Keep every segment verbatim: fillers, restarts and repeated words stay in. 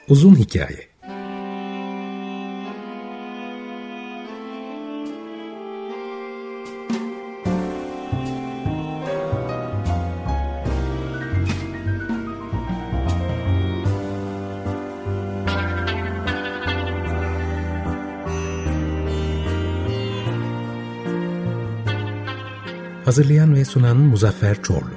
Uzun hikaye. Hazırlayan ve sunan Muzaffer Çorlu.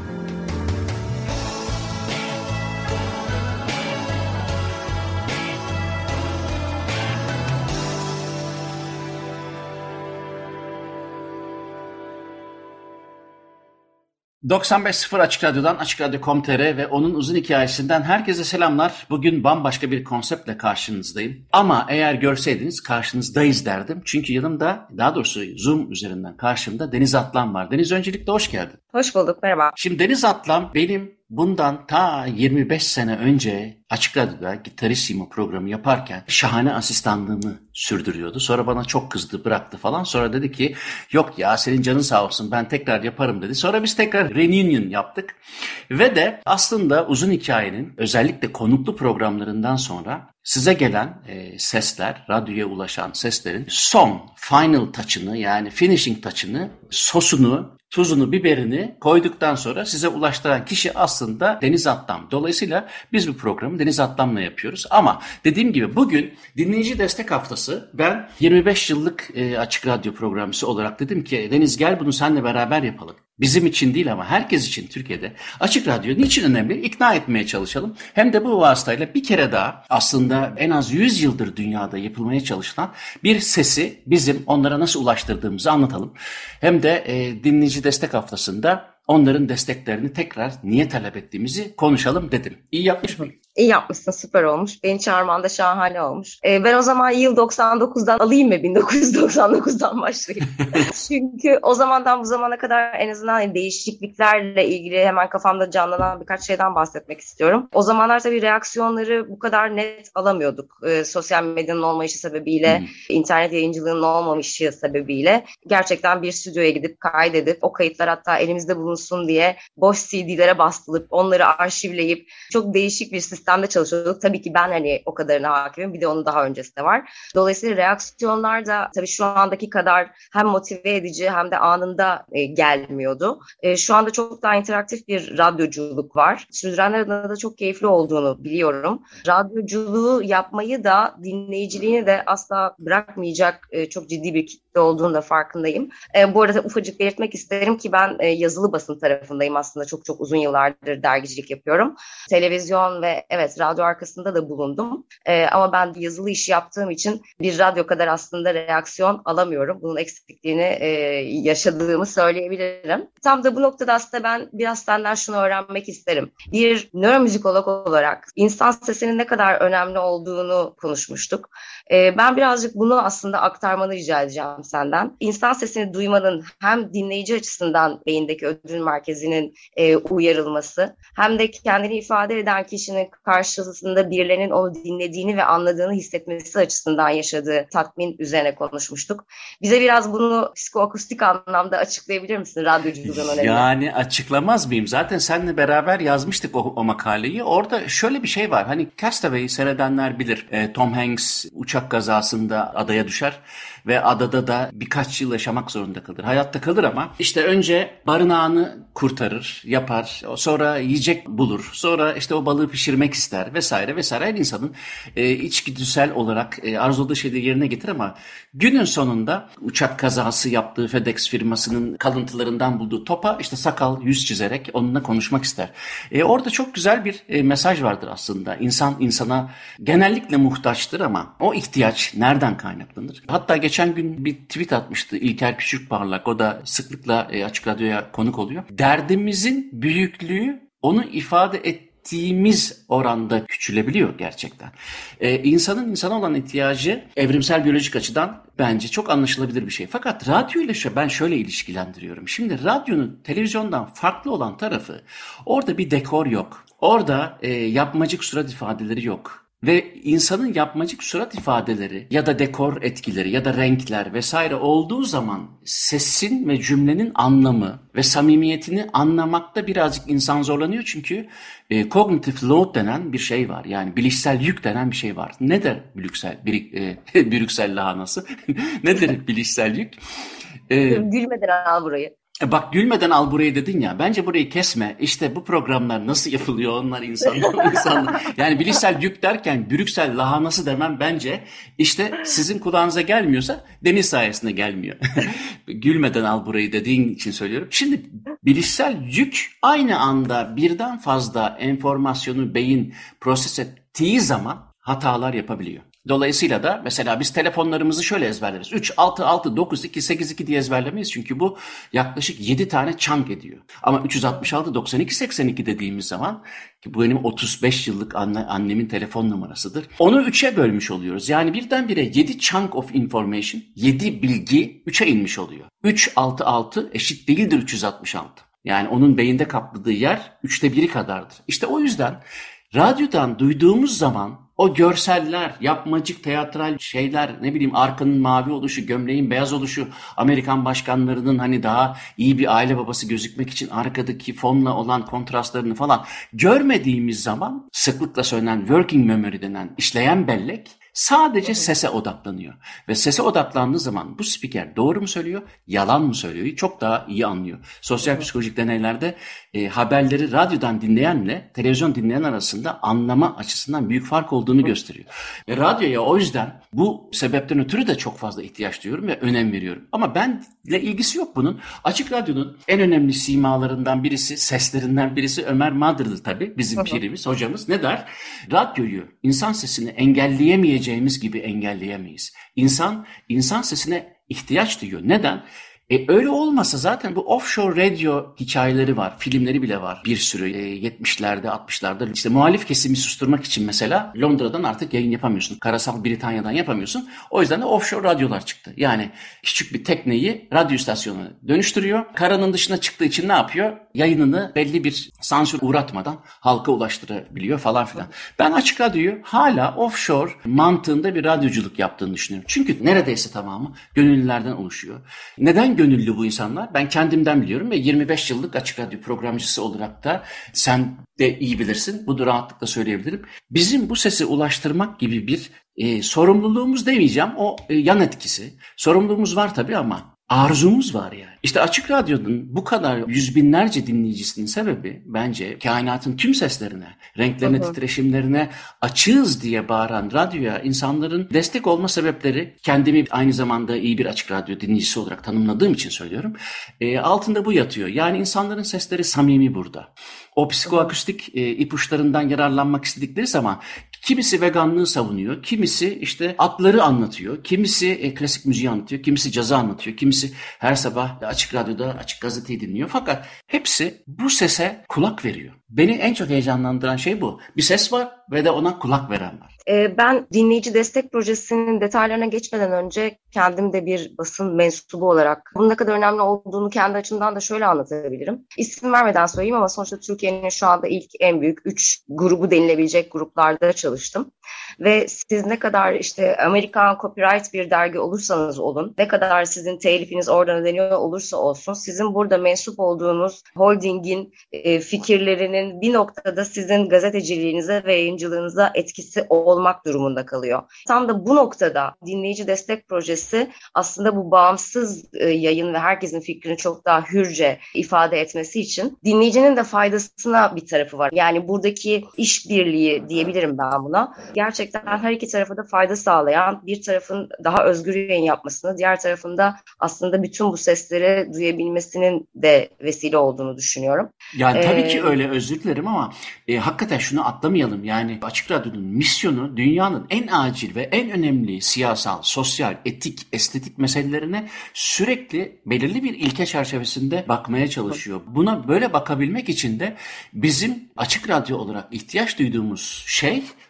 doksan beş nokta sıfır Açık Radyo'dan, Açık Radyo nokta com nokta tr ve onun uzun hikayesinden herkese selamlar. Bugün bambaşka bir konseptle karşınızdayım. Ama eğer görseydiniz karşınızdayız derdim. Çünkü yanımda, daha doğrusu Zoom üzerinden karşımda Deniz Atlan var. Deniz, öncelikle hoş geldin. Hoş bulduk, merhaba. Şimdi Deniz Atlan benim bundan ta yirmi beş sene önce Açık Radyo'da Gitarissimo programı yaparken şahane asistanlığımı sürdürüyordu. Sonra bana çok kızdı, bıraktı falan. Sonra dedi ki yok ya, senin canın sağ olsun, ben tekrar yaparım dedi. Sonra biz tekrar reunion yaptık. Ve de aslında uzun hikayenin özellikle konuklu programlarından sonra size gelen e, sesler, radyoya ulaşan seslerin son, final touch'ını, yani finishing touch'ını, sosunu, tuzunu, biberini koyduktan sonra size ulaştıran kişi aslında Deniz Atlan. Dolayısıyla biz bu programı Deniz Atlan'la yapıyoruz. Ama dediğim gibi bugün dinleyici destek haftası. Ben yirmi beş yıllık e, Açık Radyo programcısı olarak dedim ki Deniz, gel bunu seninle beraber yapalım. Bizim için değil ama herkes için Türkiye'de Açık Radyo niçin önemli? İkna etmeye çalışalım. Hem de bu vasıtayla bir kere daha aslında en az yüz yıldır dünyada yapılmaya çalışılan bir sesi bizim onlara nasıl ulaştırdığımızı anlatalım. Hem de e, dinleyici destek haftasında onların desteklerini tekrar niye talep ettiğimizi konuşalım dedim. İyi yapmış mıyım? İyi yapmışsın, süper olmuş. Beni çağırman da şahane olmuş. Ee, ben o zaman yıl doksan dokuzdan alayım mı? bin dokuz yüz doksan dokuzdan başlayayım. Çünkü o zamandan bu zamana kadar en azından değişikliklerle ilgili hemen kafamda canlanan birkaç şeyden bahsetmek istiyorum. O zamanlar tabii reaksiyonları bu kadar net alamıyorduk. Ee, sosyal medyanın olmayışı sebebiyle, hmm. internet yayıncılığının olmamışı sebebiyle gerçekten bir stüdyoya gidip kaydedip o kayıtlar hatta elimizde bulunsun diye boş C D'lere bastırıp onları arşivleyip çok değişik bir sistem sistemde çalışıyorduk. Tabii ki ben hani o kadarına hakimim. Bir de onun daha öncesi de var. Dolayısıyla reaksiyonlar da tabii şu andaki kadar hem motive edici hem de anında e, gelmiyordu. E, şu anda çok daha interaktif bir radyoculuk var. Sürdürenler adına da çok keyifli olduğunu biliyorum. Radyoculuğu yapmayı da, dinleyiciliğini de asla bırakmayacak e, çok ciddi bir kitle olduğunu da farkındayım. E, bu arada ufacık belirtmek isterim ki ben e, yazılı basın tarafındayım aslında. Çok çok uzun yıllardır dergicilik yapıyorum. Televizyon ve evet, radyo arkasında da bulundum. Ee, ama ben yazılı iş yaptığım için bir radyo kadar aslında reaksiyon alamıyorum. Bunun eksikliğini e, yaşadığımı söyleyebilirim. Tam da bu noktada aslında ben biraz senden şunu öğrenmek isterim. Bir nöromüzikolog olarak insan sesinin ne kadar önemli olduğunu konuşmuştuk. Ee, ben birazcık bunu aslında aktarmanı rica edeceğim senden. İnsan sesini duymanın hem dinleyici açısından beyindeki ödül merkezinin e, uyarılması, hem de kendini ifade eden kişinin karşısında birilerinin onu dinlediğini ve anladığını hissetmesi açısından yaşadığı tatmin üzerine konuşmuştuk. Bize biraz bunu psikoakustik anlamda açıklayabilir misin radyoculuğun önemini? Yani açıklamaz mıyım? Zaten seninle beraber yazmıştık o, o makaleyi. Orada şöyle bir şey var. Hani Castaway'i seyredenler bilir. E, Tom Hanks uçak kazasında adaya düşer ve adada da birkaç yıl yaşamak zorunda kalır. Hayatta kalır ama işte önce barınağını kurtarır, yapar. Sonra yiyecek bulur. Sonra işte o balığı pişirmek ister vesaire vesaire. Her insanın e, içgüdüsel olarak e, arzuladığı şeyleri yerine getirir ama günün sonunda uçak kazası yaptığı FedEx firmasının kalıntılarından bulduğu topa işte sakal, yüz çizerek onunla konuşmak ister. E, orada çok güzel bir e, mesaj vardır aslında. İnsan insana genellikle muhtaçtır ama o ihtiyaç nereden kaynaklanır? Hatta geçen gün bir tweet atmıştı İlker Küçükparlak. O da sıklıkla e, Açık Radyo'ya konuk oluyor. Derdimizin büyüklüğü onu ifade ettiğimiz oranda küçülebiliyor gerçekten. Ee, insanın insana olan ihtiyacı evrimsel biyolojik açıdan bence çok anlaşılabilir bir şey. Fakat radyo ile ben şöyle ilişkilendiriyorum. Şimdi radyonun televizyondan farklı olan tarafı, orada bir dekor yok. Orada e, yapmacık surat ifadeleri yok. Ve insanın yapmacık surat ifadeleri ya da dekor etkileri ya da renkler vesaire olduğu zaman sesin ve cümlenin anlamı ve samimiyetini anlamakta birazcık insan zorlanıyor. Çünkü e, cognitive load denen bir şey var. Yani bilişsel yük denen bir şey var. Nedir bilişsel, bir, e, Brüksel lahanası? Nedir bilişsel yük? E, Gülmeden al burayı. Bak gülmeden al burayı dedin ya, bence burayı kesme. İşte bu programlar nasıl yapılıyor, onlar insanlar. insanlar. Yani bilişsel yük derken Brüksel lahanası demem bence işte sizin kulağınıza gelmiyorsa Deniz sayesinde gelmiyor. Gülmeden al burayı dediğin için söylüyorum. Şimdi bilişsel yük aynı anda birden fazla enformasyonu beyin proses ettiği zaman hatalar yapabiliyor. Dolayısıyla da mesela biz telefonlarımızı şöyle ezberleriz. üç, altı, altı, dokuz, iki, sekiz, iki diye ezberlemeyiz. Çünkü bu yaklaşık yedi tane chunk ediyor. Ama üç yüz altmış altı, doksan iki, seksen iki dediğimiz zaman, ki bu benim otuz beş yıllık anne, annemin telefon numarasıdır. Onu üçe bölmüş oluyoruz. Yani birdenbire yedi chunk of information, yedi bilgi üçe inmiş oluyor. üç, altı, altı eşit değildir üç yüz altmış altı. Yani onun beyinde kapladığı yer üçte biri kadardır. İşte o yüzden radyodan duyduğumuz zaman o görseller, yapmacık teatral şeyler, ne bileyim arkanın mavi oluşu, gömleğin beyaz oluşu, Amerikan başkanlarının hani daha iyi bir aile babası gözükmek için arkadaki fonla olan kontrastlarını falan görmediğimiz zaman sıklıkla söylenen working memory denen işleyen bellek sadece sese odaklanıyor. Ve sese odaklandığı zaman bu spiker doğru mu söylüyor, yalan mı söylüyor çok daha iyi anlıyor. Sosyal psikolojik deneylerde e, haberleri radyodan dinleyenle televizyon dinleyen arasında anlama açısından büyük fark olduğunu gösteriyor. Ve radyoya o yüzden bu sebepten ötürü de çok fazla ihtiyaç duyuyorum ve önem veriyorum. Ama benle ilgisi yok bunun. Açık Radyo'nun en önemli simalarından birisi, seslerinden birisi Ömer Madır'dır tabii. Bizim pirimiz, hocamız. Ne der? Radyoyu, insan sesini engelleyemeyeceğimiz gibi engelleyemeyiz. İnsan, insan sesine ihtiyaç duyuyor. Neden? E öyle olmasa zaten bu offshore radio hikayeleri var, filmleri bile var bir sürü. E, yetmişlerde, altmışlarda işte muhalif kesimi susturmak için mesela Londra'dan artık yayın yapamıyorsun. Karasal Britanya'dan yapamıyorsun. O yüzden de offshore radyolar çıktı. Yani küçük bir tekneyi radyo istasyonuna dönüştürüyor. Karanın dışına çıktığı için ne yapıyor? Yayınını belli bir sansür uğratmadan halka ulaştırabiliyor falan filan. Ben Açık Radyo'yu hala offshore mantığında bir radyoculuk yaptığını düşünüyorum. Çünkü neredeyse tamamı gönüllülerden oluşuyor. Neden gönüllü bu insanlar? Ben kendimden biliyorum ve yirmi beş yıllık Açık Radyo programcısı olarak da sen de iyi bilirsin. Bunu rahatlıkla söyleyebilirim. Bizim bu sesi ulaştırmak gibi bir e, sorumluluğumuz demeyeceğim. O e, yan etkisi. Sorumluluğumuz var tabii ama arzumuz var yani. İşte Açık Radyo'nun bu kadar yüz binlerce dinleyicisinin sebebi bence kainatın tüm seslerine, renklerine, hı hı. titreşimlerine açığız diye bağıran radyoya insanların destek olma sebepleri, kendimi aynı zamanda iyi bir Açık Radyo dinleyicisi olarak tanımladığım için söylüyorum. E, altında bu yatıyor. Yani insanların sesleri samimi burada. O psikoakustik e, ipuçlarından yararlanmak istedikleri zaman kimisi veganlığı savunuyor, kimisi işte atları anlatıyor, kimisi e, klasik müziği anlatıyor, kimisi cazı anlatıyor, kimisi her sabah Açık Radyo'da Açık Gazete'yi dinliyor. Fakat hepsi bu sese kulak veriyor. Beni en çok heyecanlandıran şey bu. Bir ses var ve de ona kulak veren var. Ben dinleyici destek projesinin detaylarına geçmeden önce kendim de bir basın mensubu olarak bunun ne kadar önemli olduğunu kendi açımdan da şöyle anlatabilirim. İsim vermeden söyleyeyim ama sonuçta Türkiye'nin şu anda ilk en büyük üç grubu denilebilecek gruplarda çalıştım. Ve siz ne kadar işte Amerikan copyright bir dergi olursanız olun, ne kadar sizin telifiniz oradan ödeniyor olursa olsun, sizin burada mensup olduğunuz holdingin e, fikirlerinin bir noktada sizin gazeteciliğinize ve yayıncılığınıza etkisi olmak durumunda kalıyor. Tam da bu noktada dinleyici destek projesi aslında bu bağımsız e, yayın ve herkesin fikrini çok daha hürce ifade etmesi için dinleyicinin de faydasına bir tarafı var. Yani buradaki işbirliği diyebilirim ben buna. Gerçekten her iki tarafa da fayda sağlayan, bir tarafın daha özgür yayın yapmasını, diğer tarafın da aslında bütün bu sesleri duyabilmesinin de vesile olduğunu düşünüyorum. Yani tabii ee, ki öyle, özür dilerim ama e, hakikaten şunu atlamayalım. Yani Açık Radyo'nun misyonu dünyanın en acil ve en önemli siyasal, sosyal, etik, estetik meselelerine sürekli belirli bir ilke çerçevesinde bakmaya çalışıyor. Buna böyle bakabilmek için de bizim Açık Radyo olarak ihtiyaç duyduğumuz şey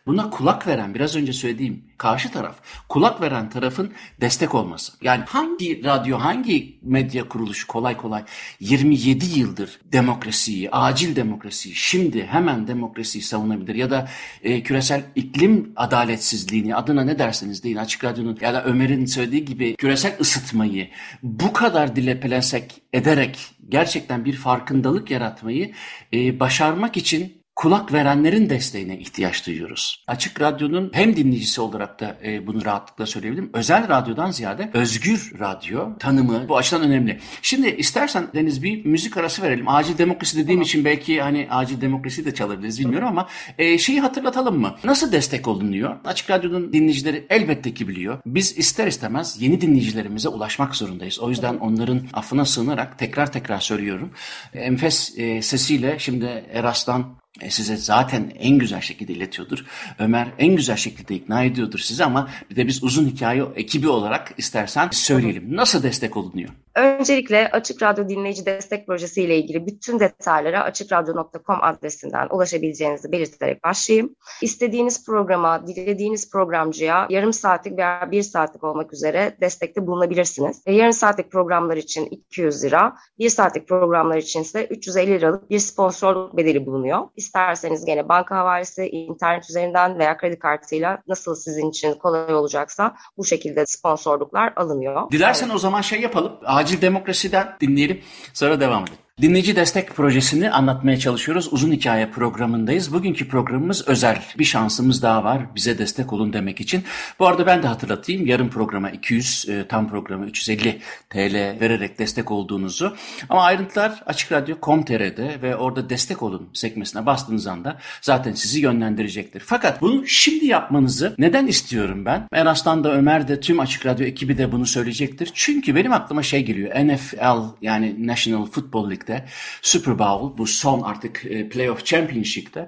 Buna kulak veren, biraz önce söylediğim karşı taraf, kulak veren tarafın destek olması. Yani hangi radyo, hangi medya kuruluşu kolay kolay yirmi yedi yıldır demokrasiyi, acil demokrasiyi, şimdi hemen demokrasiyi savunabilir? Ya da e, küresel iklim adaletsizliğini, adına ne derseniz deyin, Açık Radyo'nun ya da Ömer'in söylediği gibi küresel ısıtmayı bu kadar dile pelesenk ederek gerçekten bir farkındalık yaratmayı e, başarmak için kulak verenlerin desteğine ihtiyaç duyuyoruz. Açık Radyo'nun hem dinleyicisi olarak da e, bunu rahatlıkla söyleyebilirim. Özel radyodan ziyade özgür radyo tanımı bu açıdan önemli. Şimdi istersen Deniz bir müzik arası verelim. Acil demokrasi dediğim tamam. için belki hani acil demokrasi de çalabiliriz bilmiyorum ama e, şeyi hatırlatalım mı? Nasıl destek olunuyor? Açık Radyo'nun dinleyicileri elbette ki biliyor. Biz ister istemez yeni dinleyicilerimize ulaşmak zorundayız. O yüzden onların affına sığınarak tekrar tekrar söylüyorum. Enfes e, sesiyle şimdi Eras'tan E size zaten en güzel şekilde iletiyordur. Ömer en güzel şekilde ikna ediyordur sizi ama bir de biz uzun hikaye ekibi olarak istersen söyleyelim. Nasıl destek olunuyor? Öncelikle Açık Radyo Dinleyici Destek Projesi ile ilgili bütün detaylara açıkradyo nokta com adresinden ulaşabileceğinizi belirterek başlayayım. İstediğiniz programa, dilediğiniz programcıya yarım saatlik veya bir saatlik olmak üzere destekte bulunabilirsiniz. E, yarım saatlik programlar için iki yüz lira, bir saatlik programlar için ise üç yüz elli liralık bir sponsorluk bedeli bulunuyor. İsterseniz gene banka havalesi, internet üzerinden veya kredi kartıyla nasıl sizin için kolay olacaksa bu şekilde sponsorluklar alınıyor. Dilersen evet. O zaman şey yapalım. Acil demokrasiden dinleyelim. Sonra devam edelim. Dinleyici Destek Projesi'ni anlatmaya çalışıyoruz. Uzun hikaye programındayız. Bugünkü programımız özel. Bir şansımız daha var bize destek olun demek için. Bu arada ben de hatırlatayım. Yarım programa iki yüz, tam programa üç yüz elli T L vererek destek olduğunuzu. Ama ayrıntılar Açık Radyo nokta com nokta tr'de ve orada destek olun sekmesine bastığınız anda zaten sizi yönlendirecektir. Fakat bunu şimdi yapmanızı neden istiyorum ben? Eras'tan da Ömer de tüm Açık Radyo ekibi de bunu söyleyecektir. Çünkü benim aklıma şey geliyor. N F L yani National Football League Super Bowl, bu son artık e, Playoff Championship'te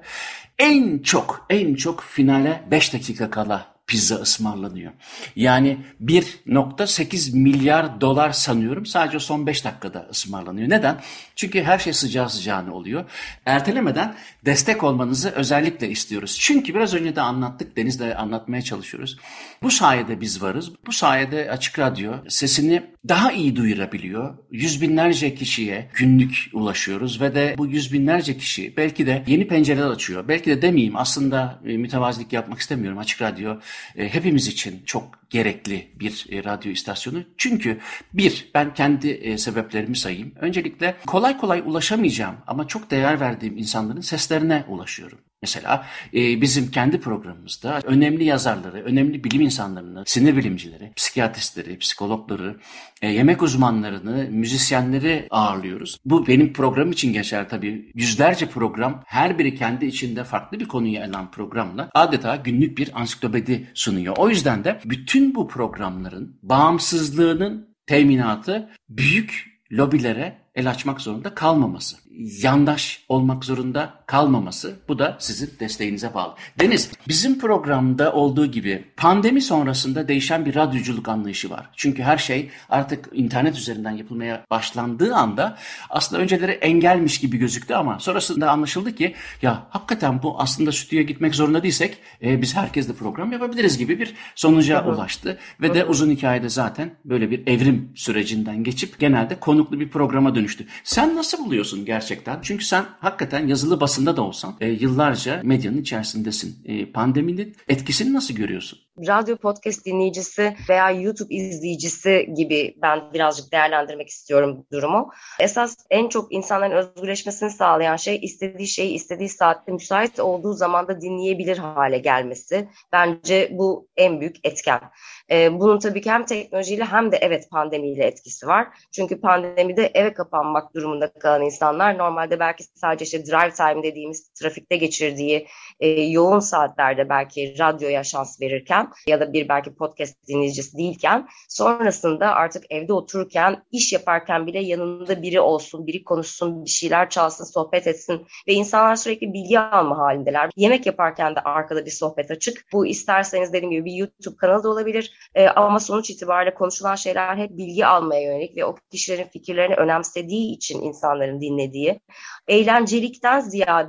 en çok en çok finale beş dakika kala pizza ısmarlanıyor. Yani bir nokta sekiz milyar dolar sanıyorum sadece son beş dakikada ısmarlanıyor. Neden? Çünkü her şey sıcağı sıcağına oluyor. Ertelemeden destek olmanızı özellikle istiyoruz. Çünkü biraz önce de anlattık, Deniz'le anlatmaya çalışıyoruz. Bu sayede biz varız. Bu sayede Açık Radyo sesini daha iyi duyurabiliyor. Yüz binlerce kişiye günlük ulaşıyoruz ve de bu yüz binlerce kişi belki de yeni pencereler açıyor. Belki de demeyeyim, aslında e, mütevazilik yapmak istemiyorum. Açık Radyo e, hepimiz için çok gerekli bir e, radyo istasyonu. Çünkü bir, ben kendi e, sebeplerimi sayayım. Öncelikle kolay kolay ulaşamayacağım ama çok değer verdiğim insanların seslerine ulaşıyorum. Mesela e, bizim kendi programımızda önemli yazarları, önemli bilim insanlarını, sinir bilimcileri, psikiyatristleri, psikologları, e, yemek uzmanlarını, müzisyenleri ağırlıyoruz. Bu benim program için geçer tabii. Yüzlerce program, her biri kendi içinde farklı bir konuyu ele alan programla adeta günlük bir ansiklopedi sunuyor. O yüzden de bütün bu programların bağımsızlığının teminatı büyük lobilere el açmak zorunda kalmaması, yandaş olmak zorunda kalmaması, bu da sizin desteğinize bağlı. Deniz, bizim programda olduğu gibi pandemi sonrasında değişen bir radyoculuk anlayışı var. Çünkü her şey artık internet üzerinden yapılmaya başlandığı anda aslında önceleri engelmiş gibi gözüktü ama sonrasında anlaşıldı ki ya hakikaten bu aslında stüdyoya gitmek zorunda değilsek e, biz herkesle program yapabiliriz gibi bir sonuca Hı-hı. ulaştı. Ve Hı-hı. de uzun hikayede zaten böyle bir evrim sürecinden geçip genelde konuklu bir programa dönüştü. Sen nasıl buluyorsun gerçekten? Çünkü sen hakikaten yazılı basında da olsan e, yıllarca medyanın içerisindesin. E, pandeminin etkisini nasıl görüyorsun? Radyo podcast dinleyicisi veya YouTube izleyicisi gibi ben birazcık değerlendirmek istiyorum durumu. Esas en çok insanların özgürleşmesini sağlayan şey istediği şeyi istediği saatte müsait olduğu zamanda dinleyebilir hale gelmesi. Bence bu en büyük etken. Ee, bunun tabii ki hem teknolojiyle hem de evet pandemiyle etkisi var. Çünkü pandemide eve kapanmak durumunda kalan insanlar normalde belki sadece işte drive time dediğimiz trafikte geçirdiği e, yoğun saatlerde belki radyoya şans verirken ya da bir belki podcast dinleyicisi değilken sonrasında artık evde otururken, iş yaparken bile yanında biri olsun, biri konuşsun, bir şeyler çalsın, sohbet etsin ve insanlar sürekli bilgi alma halindeler. Yemek yaparken de arkada bir sohbet açık. Bu isterseniz dediğim gibi bir YouTube kanalı da olabilir ee, ama sonuç itibariyle konuşulan şeyler hep bilgi almaya yönelik ve o kişilerin fikirlerini önemsediği için insanların dinlediği, eğlencelikten ziyade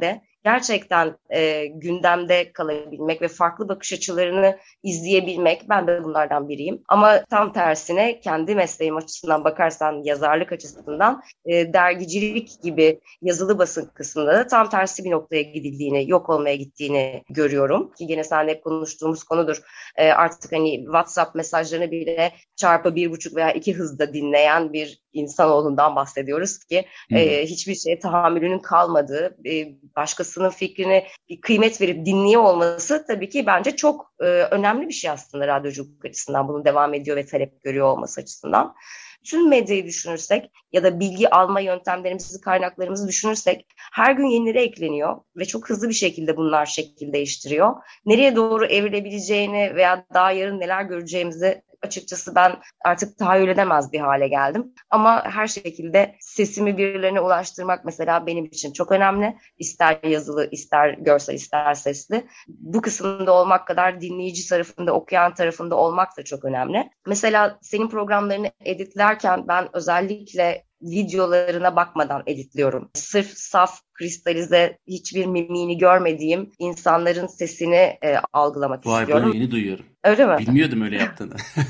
gerçekten e, gündemde kalabilmek ve farklı bakış açılarını izleyebilmek, ben de bunlardan biriyim. Ama tam tersine kendi mesleğim açısından bakarsan, yazarlık açısından e, dergicilik gibi yazılı basın kısmında da tam tersi bir noktaya gidildiğini, yok olmaya gittiğini görüyorum. Ki gene seninle hep konuştuğumuz konudur. E, artık hani WhatsApp mesajlarını bile çarpı bir buçuk veya iki hızda dinleyen bir insanoğlundan bahsediyoruz ki e, hiçbir şeye tahammülünün kalmadığı, e, başkasının fikrini bir kıymet verip dinliyor olması tabii ki bence çok e, önemli bir şey aslında radyoculuk açısından. Bunun devam ediyor ve talep görüyor olması açısından. Tüm medyayı düşünürsek ya da bilgi alma yöntemlerimizi, kaynaklarımızı düşünürsek her gün yenileri ekleniyor ve çok hızlı bir şekilde bunlar şekil değiştiriyor. Nereye doğru evrilebileceğini veya daha yarın neler göreceğimizi açıkçası ben artık tahayyül edemez bir hale geldim. Ama her şekilde sesimi birilerine ulaştırmak mesela benim için çok önemli. İster yazılı, ister görsel, ister sesli. Bu kısımda olmak kadar dinleyici tarafında, okuyan tarafında olmak da çok önemli. Mesela senin programlarını editlerken ben özellikle videolarına bakmadan editliyorum. Sırf saf, kristalize, hiçbir mimiğini görmediğim insanların sesini e, algılamak Vay, istiyorum. Bunu yeni duyuyorum. Öyle mi? Bilmiyordum öyle yaptığını.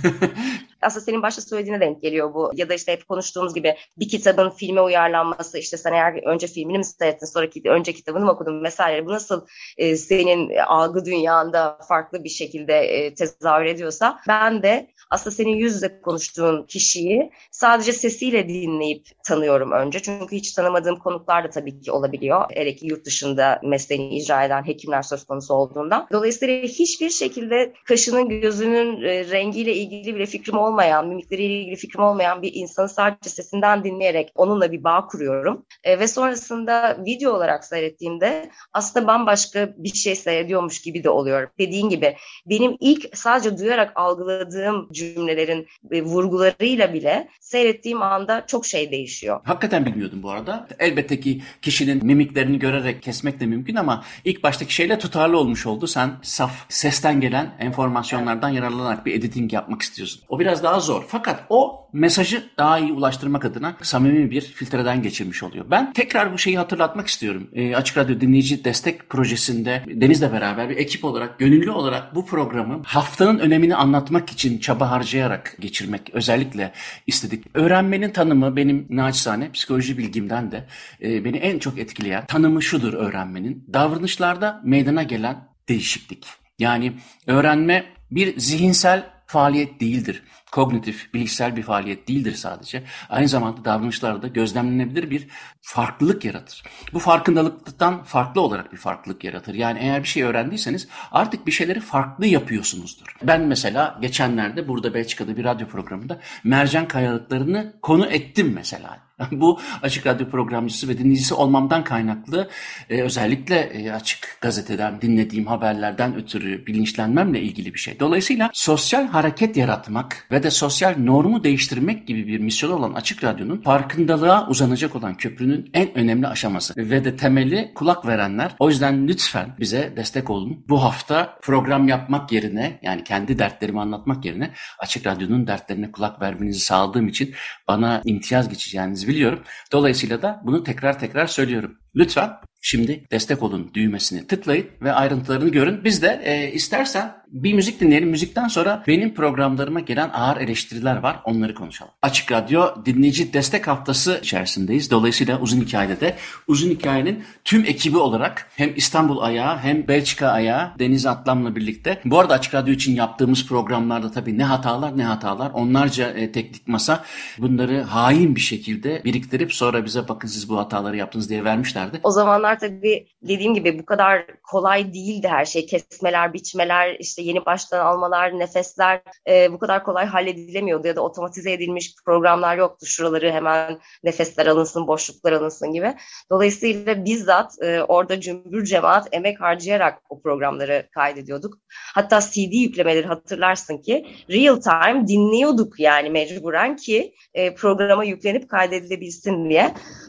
Aslında senin başta söylediğine denk geliyor bu. Ya da işte hep konuştuğumuz gibi bir kitabın filme uyarlanması, işte sen eğer önce filmini mi seyrettin, sonra önce kitabını mı okudun vesaire. Bu nasıl e, senin algı dünyanda farklı bir şekilde e, tezahür ediyorsa, ben de aslında senin yüz yüze konuştuğun kişiyi sadece sesiyle dinleyip tanıyorum önce. Çünkü hiç tanımadığım konuklar da tabii ki olabiliyor. Hele ki yurt dışında mesleğini icra eden hekimler söz konusu olduğunda. Dolayısıyla hiçbir şekilde kaşının gözünün e, rengiyle ilgili bile fikrim olmayan, mimikleriyle ilgili fikrim olmayan bir insanı sadece sesinden dinleyerek onunla bir bağ kuruyorum. E, ve sonrasında video olarak seyrettiğimde aslında bambaşka bir şey seyrediyormuş gibi de oluyor. Dediğin gibi benim ilk sadece duyarak algıladığım cümlelerin e, vurgularıyla bile seyrettiğim anda çok şey değişiyor. Hakikaten bilmiyordum bu arada. Elbette ki kişinin mimiklerini görerek kesmek de mümkün ama ilk baştaki şeyle tutarlı olmuş oldu. Sen saf sesten gelen enformasyonlardan yararlanarak bir editing yapmak istiyorsun. O biraz daha zor. Fakat o mesajı daha iyi ulaştırmak adına samimi bir filtreden geçirmiş oluyor. Ben tekrar bu şeyi hatırlatmak istiyorum. E, Açık Radyo Dinleyici Destek Projesi'nde Deniz'le beraber bir ekip olarak, gönüllü olarak bu programı haftanın önemini anlatmak için çaba harcayarak geçirmek özellikle istedik. Öğrenmenin tanımı benim naçizane psikoloji bilgimden de e, beni en çok etkileyen tanımı şudur öğrenmenin. Davranışlarda meydana gelen değişiklik. Yani öğrenme bir zihinsel faaliyet değildir. Kognitif, bilişsel bir faaliyet değildir sadece. Aynı zamanda davranışlarda gözlemlenebilir bir farklılık yaratır. Bu farkındalıktan farklı olarak bir farklılık yaratır. Yani eğer bir şey öğrendiyseniz artık bir şeyleri farklı yapıyorsunuzdur. Ben mesela geçenlerde burada Belçika'da bir radyo programında mercan kayalıklarını konu ettim mesela. Bu Açık Radyo programcısı ve dinleyicisi olmamdan kaynaklı e, özellikle e, Açık Gazete'den dinlediğim haberlerden ötürü bilinçlenmemle ilgili bir şey. Dolayısıyla sosyal hareket yaratmak ve de sosyal normu değiştirmek gibi bir misyonu olan Açık Radyo'nun farkındalığa uzanacak olan köprünün en önemli aşaması ve de temeli kulak verenler. O yüzden lütfen bize destek olun. Bu hafta program yapmak yerine, yani kendi dertlerimi anlatmak yerine Açık Radyo'nun dertlerine kulak vermenizi sağladığım için bana imtiyaz geçeceğinizi biliyorum. Dolayısıyla da bunu tekrar tekrar söylüyorum. Lütfen şimdi destek olun düğmesini tıklayın ve ayrıntılarını görün. Biz de e, istersen bir müzik dinleyelim. Müzikten sonra benim programlarıma gelen ağır eleştiriler var. Onları konuşalım. Açık Radyo Dinleyici Destek Haftası içerisindeyiz. Dolayısıyla Uzun Hikaye'de de Uzun Hikaye'nin tüm ekibi olarak hem İstanbul ayağı hem Belçika ayağı Deniz Atlam'la birlikte. Bu arada Açık Radyo için yaptığımız programlarda tabii ne hatalar ne hatalar. Onlarca e, teknik masa bunları hain bir şekilde biriktirip sonra bize bakın siz bu hataları yaptınız diye vermişlerdi. O zamanlar tabii dediğim gibi bu kadar kolay değildi her şey. Kesmeler, biçmeler, işte yeni baştan almalar, nefesler e, bu kadar kolay halledilemiyordu ya da otomatize edilmiş programlar yoktu. Şuraları hemen nefesler alınsın, boşluklar alınsın gibi. Dolayısıyla bizzat e, orada cümbür cemaat emek harcayarak o programları kaydediyorduk. Hatta C D yüklemeleri hatırlarsın ki real time dinliyorduk yani mecburen ki e, programa yüklenip kaydedilebilsin diye.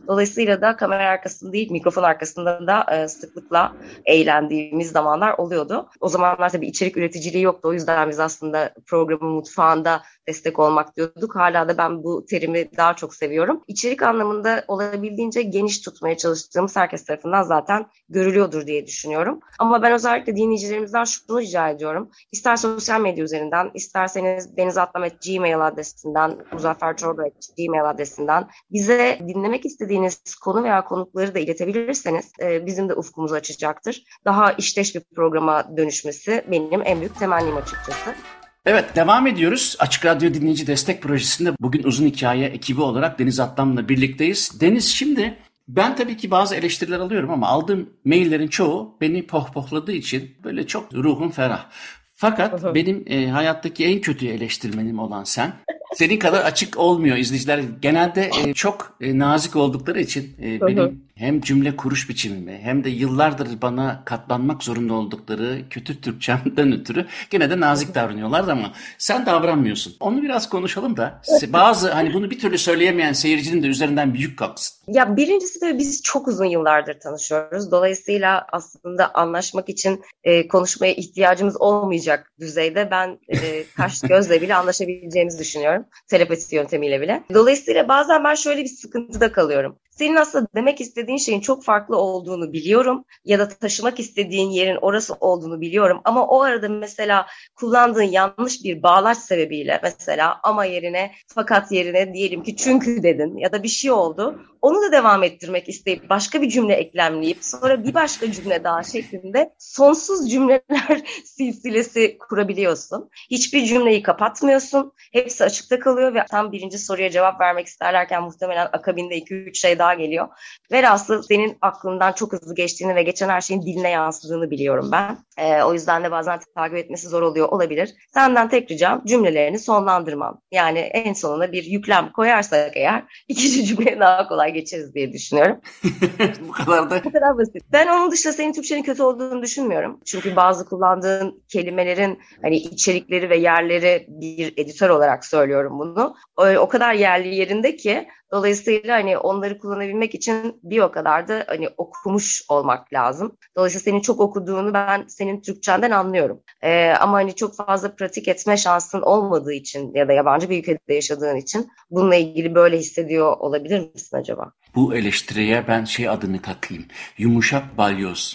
Dolayısıyla da kamera arkasında değil, mikrofon arkasında da e, sıklıkla eğlendiğimiz zamanlar oluyordu. O zamanlar tabii içerik üreticiliği yoktu. O yüzden biz aslında programın mutfağında destek olmak diyorduk. Hala da ben bu terimi daha çok seviyorum. İçerik anlamında olabildiğince geniş tutmaya çalıştığımız herkes tarafından zaten görülüyordur diye düşünüyorum. Ama ben özellikle dinleyicilerimizden şunu rica ediyorum. İster sosyal medya üzerinden, isterseniz denizatlam at gmail adresinden, muzafferçorlu at gmail adresinden bize dinlemek istediğiniz konu veya konukları da iletebilirseniz e, bizim de ufkumuzu açacaktır. Daha işteş bir programa dönüşmesi benim en büyük temennim açıkçası. Evet, devam ediyoruz. Açık Radyo Dinleyici Destek Projesi'nde bugün Uzun Hikaye ekibi olarak Deniz Atlam'la birlikteyiz. Deniz, şimdi ben tabii ki bazı eleştiriler alıyorum ama aldığım maillerin çoğu beni pohpohladığı için böyle çok ruhum ferah. Fakat hı hı. benim e, hayattaki en kötü eleştirmenim olan sen. Senin kadar açık olmuyor izleyiciler. Genelde e, çok e, nazik oldukları için e, benim hem cümle kuruş biçimimi hem de yıllardır bana katlanmak zorunda oldukları kötü Türkçemden ötürü gene de nazik davranıyorlar ama sen davranmıyorsun. Onu biraz konuşalım da bazı hani bunu bir türlü söyleyemeyen seyircinin de üzerinden bir yük kalksın. Ya birincisi de biz çok uzun yıllardır tanışıyoruz. Dolayısıyla aslında anlaşmak için e, konuşmaya ihtiyacımız olmayacak düzeyde ben e, kaş gözle bile anlaşabileceğimizi düşünüyorum. Telepati yöntemiyle bile. Dolayısıyla bazen ben şöyle bir sıkıntıda kalıyorum. Senin aslında demek istediğin şeyin çok farklı olduğunu biliyorum ya da taşımak istediğin yerin orası olduğunu biliyorum ama o arada mesela kullandığın yanlış bir bağlaç sebebiyle mesela ama yerine fakat yerine diyelim ki çünkü dedin ya da bir şey oldu. Onu da devam ettirmek isteyip başka bir cümle eklemleyip sonra bir başka cümle daha şeklinde sonsuz cümleler silsilesi kurabiliyorsun. Hiçbir cümleyi kapatmıyorsun. Hepsi açıkta kalıyor ve tam birinci soruya cevap vermek isterlerken muhtemelen akabinde iki üç şey daha geliyor. Velhasıl senin aklından çok hızlı geçtiğini ve geçen her şeyin diline yansıdığını biliyorum ben. Ee, o yüzden de bazen takip etmesi zor oluyor olabilir. Senden tek ricam cümlelerini sonlandırman. Yani en sonuna bir yüklem koyarsak eğer ikinci cümleye daha kolay geçeriz diye düşünüyorum. Bu kadar da. Bu kadar basit. Ben onun dışında senin Türkçenin kötü olduğunu düşünmüyorum. Çünkü bazı kullandığın kelimelerin hani içerikleri ve yerleri bir editör olarak söylüyorum bunu. O, o kadar yerli yerinde ki dolayısıyla hani onları kullanabilmek için bir o kadar da hani okumuş olmak lazım. Dolayısıyla senin çok okuduğunu ben senin Türkçenden anlıyorum. Ee, ama hani çok fazla pratik etme şansın olmadığı için ya da yabancı bir ülkede yaşadığın için bununla ilgili böyle hissediyor olabilir misin acaba? Bu eleştiriye ben şey adını takayım. Yumuşak balyoz.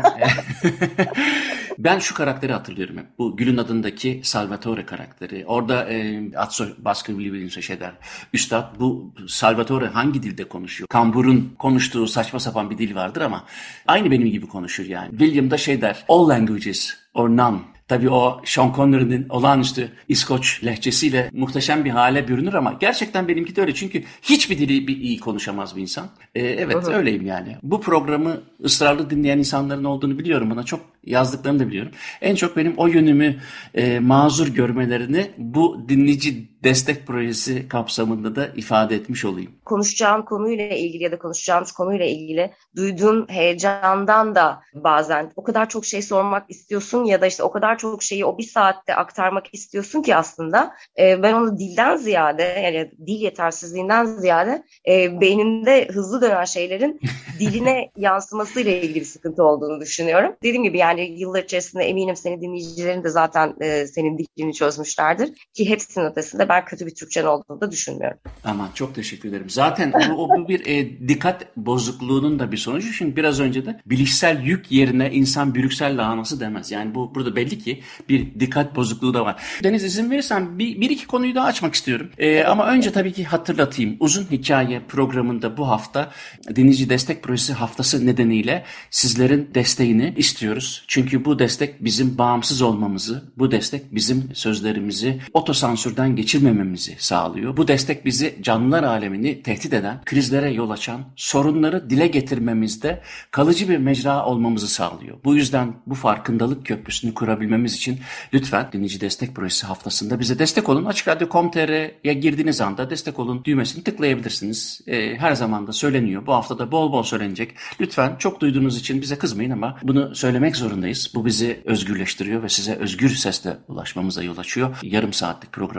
Ben şu karakteri hatırlıyorum hep. Bu Gül'ün adındaki Salvatore karakteri. Orada e, Atso Baskerville şey der. Üstad bu Salvatore hangi dilde konuşuyor? Kambur'un konuştuğu saçma sapan bir dil vardır ama aynı benim gibi konuşur yani. William da şey der. All languages or none. Tabii o Sean Connery'nin olağanüstü İskoç lehçesiyle muhteşem bir hale bürünür ama gerçekten benimki de öyle. Çünkü hiçbir dili bir iyi konuşamaz bir insan. Ee, evet hı hı. Öyleyim yani. Bu programı ısrarlı dinleyen insanların olduğunu biliyorum. Bana çok yazdıklarını da biliyorum. En çok benim o yönümü e, mazur görmelerini bu dinleyici destek projesi kapsamında da ifade etmiş olayım. Konuşacağın konuyla ilgili ya da konuşacağımız konuyla ilgili duyduğun heyecandan da bazen o kadar çok şey sormak istiyorsun ya da işte o kadar çok şeyi o bir saatte aktarmak istiyorsun ki aslında e, ben onu dilden ziyade yani dil yetersizliğinden ziyade e, beyninde hızlı dönen şeylerin diline yansımasıyla ilgili bir sıkıntı olduğunu düşünüyorum. Dediğim gibi yani yıllar içerisinde eminim senin dinleyicilerin de zaten e, senin dilini çözmüşlerdir ki hepsinin ötesinde ben kötü bir Türkçen olduğunu da düşünmüyorum. Aman çok teşekkür ederim. Zaten bu, o, bu bir e, dikkat bozukluğunun da bir sonucu. Çünkü biraz önce de bilişsel yük yerine insan Brüksel lahanası demez. Yani bu burada belli ki bir dikkat bozukluğu da var. Deniz izin verirsen bir, bir iki konuyu daha açmak istiyorum. E, ama önce tabii ki hatırlatayım. Uzun Hikaye programında bu hafta Dinleyici Destek Projesi haftası nedeniyle sizlerin desteğini istiyoruz. Çünkü bu destek bizim bağımsız olmamızı, bu destek bizim sözlerimizi otosansürden geçirmememizi sağlıyor. Bu destek bizi canlılar alemini tehdit eden, krizlere yol açan, sorunları dile getirmemizde kalıcı bir mecra olmamızı sağlıyor. Bu yüzden bu farkındalık köprüsünü kurabilmemiz için lütfen Dinleyici Destek Projesi haftasında bize destek olun. Açık Radyo nokta com nokta tr'ye girdiğiniz anda destek olun düğmesini tıklayabilirsiniz. Ee, her zaman da söyleniyor. Bu hafta da bol bol söylenecek. Lütfen çok duyduğunuz için bize kızmayın ama bunu söylemek zorundayız. Bu bizi özgürleştiriyor ve size özgür sesle ulaşmamıza yol açıyor. Yarım saatlik programa iki yüz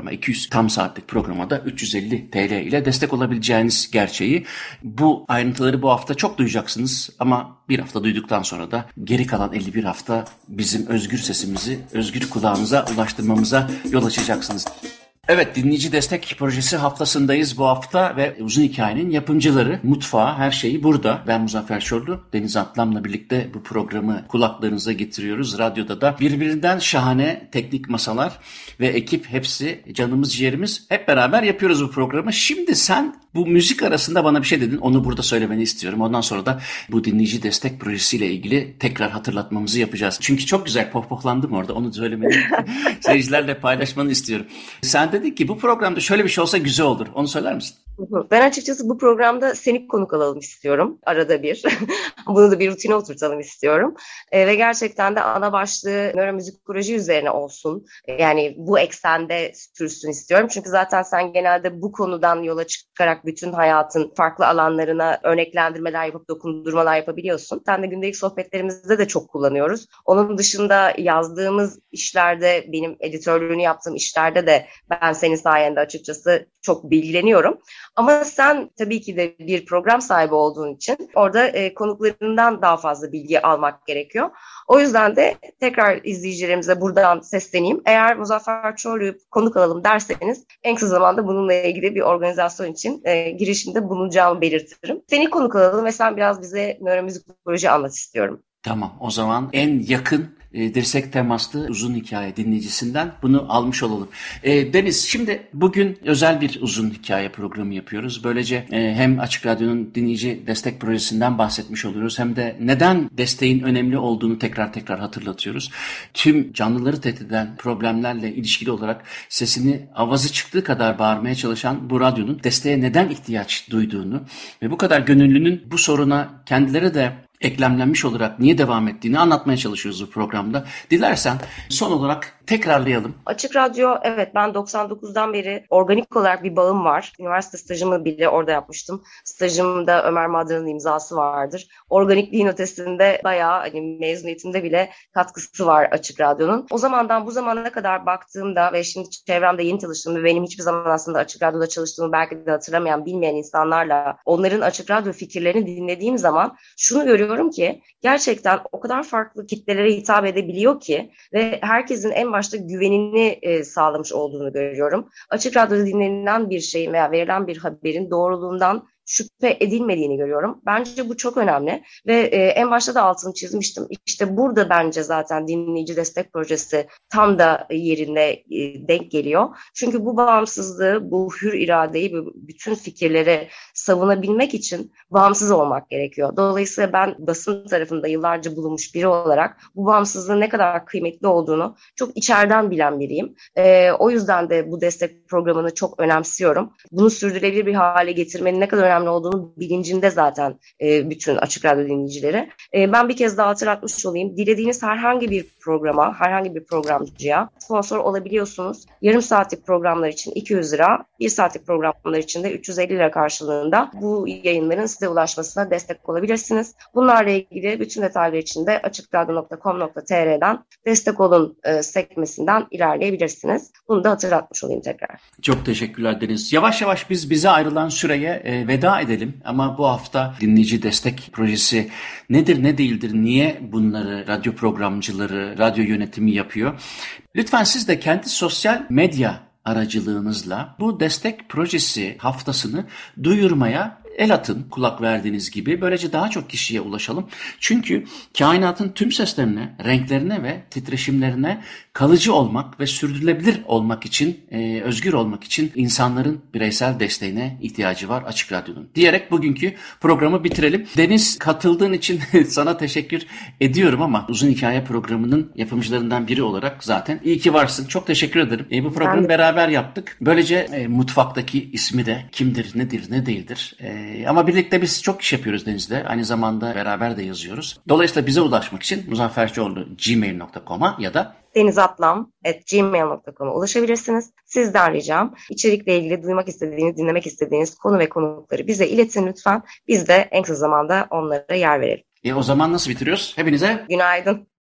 yüz tam saatlik programa da üç yüz elli Türk lirası ile destek olabileceğiniz gerçeği. Bu ayrıntıları bu hafta çok duyacaksınız ama bir hafta duyduktan sonra da geri kalan elli bir hafta bizim özgür sesimizi özgür kulağınıza ulaştırmamıza yol açacaksınız. Evet, dinleyici destek projesi haftasındayız bu hafta ve uzun hikayenin yapımcıları, mutfağı, her şeyi burada. Ben Muzaffer Çorlu, Deniz Atlam'la birlikte bu programı kulaklarınıza getiriyoruz. Radyoda da birbirinden şahane teknik masalar ve ekip, hepsi canımız ciğerimiz, hep beraber yapıyoruz bu programı. Şimdi sen bu müzik arasında bana bir şey dedin, onu burada söylemeni istiyorum. Ondan sonra da bu dinleyici destek projesiyle ilgili tekrar hatırlatmamızı yapacağız. Çünkü çok güzel pohpohlandım orada, onu söylemeni, seyircilerle paylaşmanı istiyorum. Sen dedin ki bu programda şöyle bir şey olsa güzel olur, onu söyler misin? Ben açıkçası bu programda seni konuk alalım istiyorum arada bir. Bunu da bir rutine oturtalım istiyorum. E, ve gerçekten de ana başlığı nöromüzikoloji üzerine olsun. E, yani bu eksende sürsün istiyorum. Çünkü zaten sen genelde bu konudan yola çıkarak bütün hayatın farklı alanlarına örneklendirmeler yapıp dokundurmalar yapabiliyorsun. Sen de gündelik sohbetlerimizde de çok kullanıyoruz. Onun dışında yazdığımız işlerde, benim editörlüğünü yaptığım işlerde de ben senin sayende açıkçası çok bilgileniyorum. Ama sen tabii ki de bir program sahibi olduğun için orada e, konuklarından daha fazla bilgi almak gerekiyor. O yüzden de tekrar izleyicilerimize buradan sesleneyim. Eğer Muzaffer Çorlu'yu konuk alalım derseniz en kısa zamanda bununla ilgili bir organizasyon için e, girişimde bulunacağımı belirtirim. Seni konuk alalım ve sen biraz bize nöromüzikoloji anlat istiyorum. Tamam, o zaman en yakın e, dirsek temaslı uzun hikaye dinleyicisinden bunu almış olalım. E, Deniz, şimdi bugün özel bir uzun hikaye programı yapıyoruz. Böylece e, hem Açık Radyo'nun dinleyici destek projesinden bahsetmiş oluyoruz, hem de neden desteğin önemli olduğunu tekrar tekrar hatırlatıyoruz. Tüm canlıları tehdit eden problemlerle ilişkili olarak sesini avazı çıktığı kadar bağırmaya çalışan bu radyonun desteğe neden ihtiyaç duyduğunu ve bu kadar gönüllünün bu soruna kendileri de eklemlenmiş olarak niye devam ettiğini anlatmaya çalışıyoruz bu programda. Dilersen son olarak tekrarlayalım. Açık Radyo, evet, ben doksan dokuzdan beri organik olarak bir bağım var. Üniversite stajımı bile orada yapmıştım. Stajımda Ömer Madra'nın imzası vardır. Organikliğin ötesinde bayağı hani mezuniyetimde bile katkısı var Açık Radyo'nun. O zamandan bu zamana kadar baktığımda ve şimdi çevremde yeni çalıştığım ve benim hiçbir zaman aslında Açık Radyo'da çalıştığımı belki de hatırlamayan, bilmeyen insanlarla onların Açık Radyo fikirlerini dinlediğim zaman şunu görüyorum ki gerçekten o kadar farklı kitlelere hitap edebiliyor ki ve herkesin en başta güvenini e, sağlamış olduğunu görüyorum. Açık Radyo'da dinlenilen bir şeyin veya verilen bir haberin doğruluğundan şüphe edilmediğini görüyorum. Bence bu çok önemli ve e, en başta da altını çizmiştim. İşte burada bence zaten dinleyici destek projesi tam da yerine e, denk geliyor. Çünkü bu bağımsızlığı, bu hür iradeyi, bu bütün fikirleri savunabilmek için bağımsız olmak gerekiyor. Dolayısıyla ben basın tarafında yıllarca bulunmuş biri olarak bu bağımsızlığın ne kadar kıymetli olduğunu çok içeriden bilen biriyim. E, o yüzden de bu destek programını çok önemsiyorum. Bunu sürdürülebilir bir hale getirmenin ne kadar önemli olduğunu bilincinde zaten e, bütün Açık Radyo dinleyicileri. E, ben bir kez daha hatırlatmış olayım. Dilediğiniz herhangi bir programa, herhangi bir programcıya sponsor olabiliyorsunuz. Yarım saatlik programlar için iki yüz lira, bir saatlik programlar için de üç yüz elli lira karşılığında bu yayınların size ulaşmasına destek olabilirsiniz. Bunlarla ilgili bütün detaylar için de açıkradyo nokta com nokta tr'den destek olun e, sekmesinden ilerleyebilirsiniz. Bunu da hatırlatmış olayım tekrar. Çok teşekkürler Deniz. Yavaş yavaş biz bize ayrılan süreye e, veda edelim ama bu hafta dinleyici destek projesi nedir, ne değildir, niye bunları radyo programcıları, radyo yönetimi yapıyor? Lütfen siz de kendi sosyal medya aracılığınızla bu destek projesi haftasını duyurmaya el atın, kulak verdiğiniz gibi. Böylece daha çok kişiye ulaşalım. Çünkü kainatın tüm seslerine, renklerine ve titreşimlerine kalıcı olmak ve sürdürülebilir olmak için, e, özgür olmak için insanların bireysel desteğine ihtiyacı var Açık Radyo'nun. Diyerek bugünkü programı bitirelim. Deniz, katıldığın için sana teşekkür ediyorum ama uzun hikaye programının yapımcılarından biri olarak zaten iyi ki varsın. Çok teşekkür ederim. E, bu programı ben... beraber yaptık. Böylece e, mutfaktaki ismi de kimdir, nedir, ne değildir. E, Ama birlikte biz çok iş yapıyoruz Deniz'le. Aynı zamanda beraber de yazıyoruz. Dolayısıyla bize ulaşmak için muzafferçioğlu at gmail nokta com'a ya da denizatlam at gmail nokta com'a ulaşabilirsiniz. Sizden ricam içerikle ilgili duymak istediğiniz, dinlemek istediğiniz konu ve konukları bize iletin lütfen. Biz de en kısa zamanda onlara yer verelim. E, o zaman nasıl bitiriyoruz? Hepinize günaydın.